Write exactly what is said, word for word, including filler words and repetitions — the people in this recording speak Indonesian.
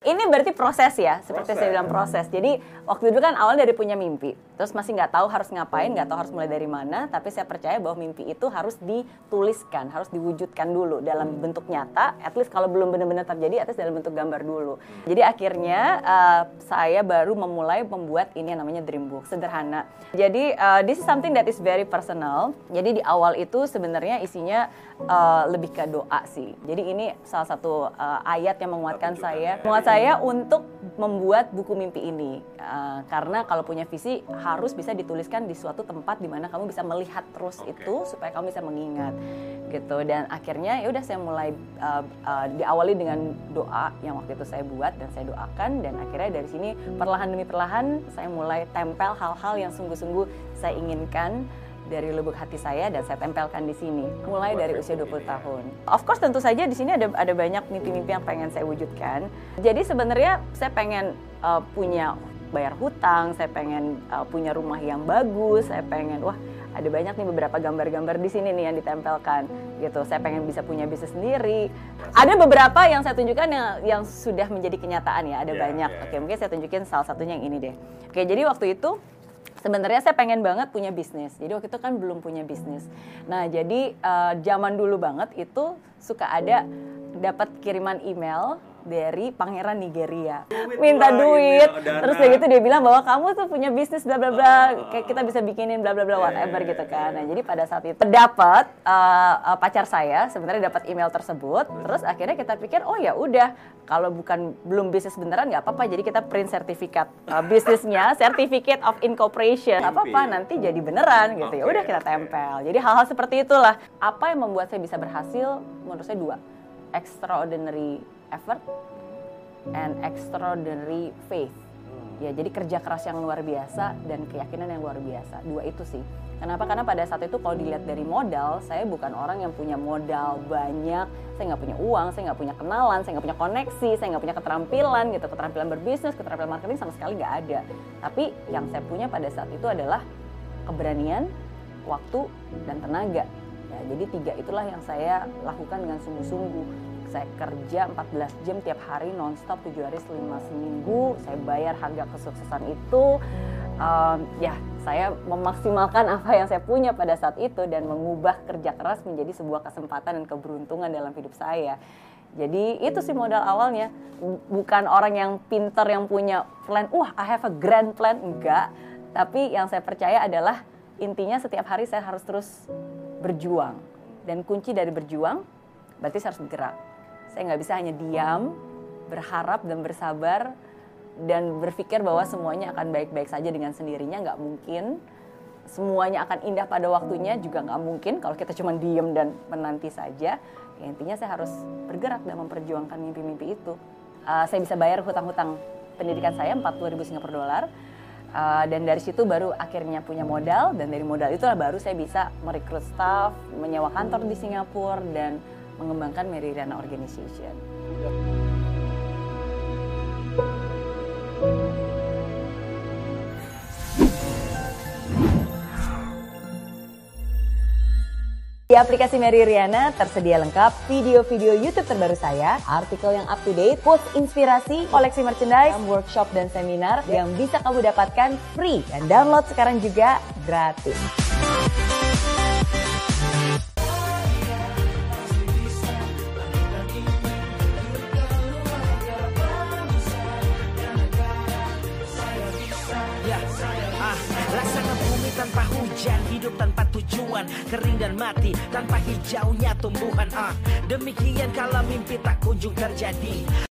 Ini berarti proses ya, seperti proses. Saya bilang proses. Jadi waktu itu kan awal dari punya mimpi, terus masih nggak tahu harus ngapain, nggak tahu harus mulai dari mana. Tapi saya percaya bahwa mimpi itu harus dituliskan, harus diwujudkan dulu dalam bentuk nyata. At least kalau belum benar-benar terjadi, at least dalam bentuk gambar dulu. Jadi akhirnya uh, saya baru memulai membuat ini yang namanya dream book, sederhana. Jadi uh, this is something that is very personal. Jadi di awal itu sebenarnya isinya uh, lebih ke doa sih. Jadi ini salah satu uh, ayat yang menguatkan saya. Menguat saya untuk membuat buku mimpi ini uh, karena kalau punya visi harus bisa dituliskan di suatu tempat di mana kamu bisa melihat terus okay. itu supaya kamu bisa mengingat gitu. Dan akhirnya ya udah saya mulai uh, uh, diawali dengan doa yang waktu itu saya buat dan saya doakan, dan akhirnya dari sini perlahan demi perlahan saya mulai tempel hal-hal yang sungguh-sungguh saya inginkan dari lubuk hati saya dan saya tempelkan di sini mulai dari usia dua puluh tahun. Of course tentu saja di sini ada ada banyak mimpi-mimpi yang pengen saya wujudkan. Jadi sebenarnya saya pengen uh, punya bayar hutang, saya pengen uh, punya rumah yang bagus, saya pengen wah ada banyak nih beberapa gambar-gambar di sini nih yang ditempelkan gitu. Saya pengen bisa punya bisnis sendiri. Ada beberapa yang saya tunjukkan yang yang sudah menjadi kenyataan ya, ada yeah, banyak. Yeah. Oke, mungkin saya tunjukin salah satunya yang ini deh. Oke, jadi waktu itu sebenarnya saya pengen banget punya bisnis. Jadi waktu itu kan belum punya bisnis. Nah, jadi uh, zaman dulu banget itu suka ada dapat kiriman email dari pangeran Nigeria, duit minta duit, terus kayak gitu dia bilang bahwa kamu tuh punya bisnis bla bla bla, kayak kita bisa bikinin bla bla bla whatever gitu kan. Nah jadi pada saat itu dapat uh, uh, pacar saya sebenarnya dapat email tersebut, terus akhirnya kita pikir oh ya udah kalau bukan belum bisnis beneran nggak apa-apa, jadi kita print sertifikat uh, bisnisnya, certificate of incorporation, nggak apa-apa nanti jadi beneran gitu. Ya udah kita tempel. Jadi hal-hal seperti itulah apa yang membuat saya bisa berhasil. Menurut saya dua, extraordinary effort and extraordinary faith. Ya, jadi kerja keras yang luar biasa dan keyakinan yang luar biasa. Dua itu sih. Kenapa? Karena pada saat itu kalau dilihat dari modal, saya bukan orang yang punya modal banyak. Saya nggak punya uang, saya nggak punya kenalan, saya nggak punya koneksi, saya nggak punya keterampilan gitu. Keterampilan berbisnis, keterampilan marketing sama sekali nggak ada. Tapi yang saya punya pada saat itu adalah keberanian, waktu, dan tenaga. Ya, jadi tiga itulah yang saya lakukan dengan sungguh-sungguh. Saya kerja empat belas jam tiap hari nonstop tujuh hari selama seminggu. Saya bayar harga kesuksesan itu. Um, ya, saya memaksimalkan apa yang saya punya pada saat itu dan mengubah kerja keras menjadi sebuah kesempatan dan keberuntungan dalam hidup saya. Jadi itu sih modal awalnya. Bukan orang yang pintar yang punya plan, wah I have a grand plan, enggak. Tapi yang saya percaya adalah intinya setiap hari saya harus terus berjuang. Dan kunci dari berjuang berarti saya harus bergerak. Saya nggak bisa hanya diam, berharap dan bersabar, dan berpikir bahwa semuanya akan baik-baik saja dengan sendirinya. Nggak mungkin. Semuanya akan indah pada waktunya juga nggak mungkin kalau kita cuma diam dan menanti saja. Ya, intinya saya harus bergerak dan memperjuangkan mimpi-mimpi itu. Uh, saya bisa bayar hutang-hutang pendidikan saya empat puluh ribu Singapura dolar. Uh, dan dari situ baru akhirnya punya modal, dan dari modal itulah baru saya bisa merekrut staff, menyewa kantor di Singapura, dan mengembangkan Meridiana Organization. Di aplikasi Meridiana tersedia lengkap video-video YouTube terbaru saya, artikel yang up to date, post inspirasi, koleksi merchandise, workshop dan seminar yang bisa kamu dapatkan free, dan download sekarang juga gratis. Tanpa hujan, hidup tanpa tujuan, kering dan mati tanpa hijaunya tumbuhan. Ah, demikian kalau mimpi tak kunjung terjadi.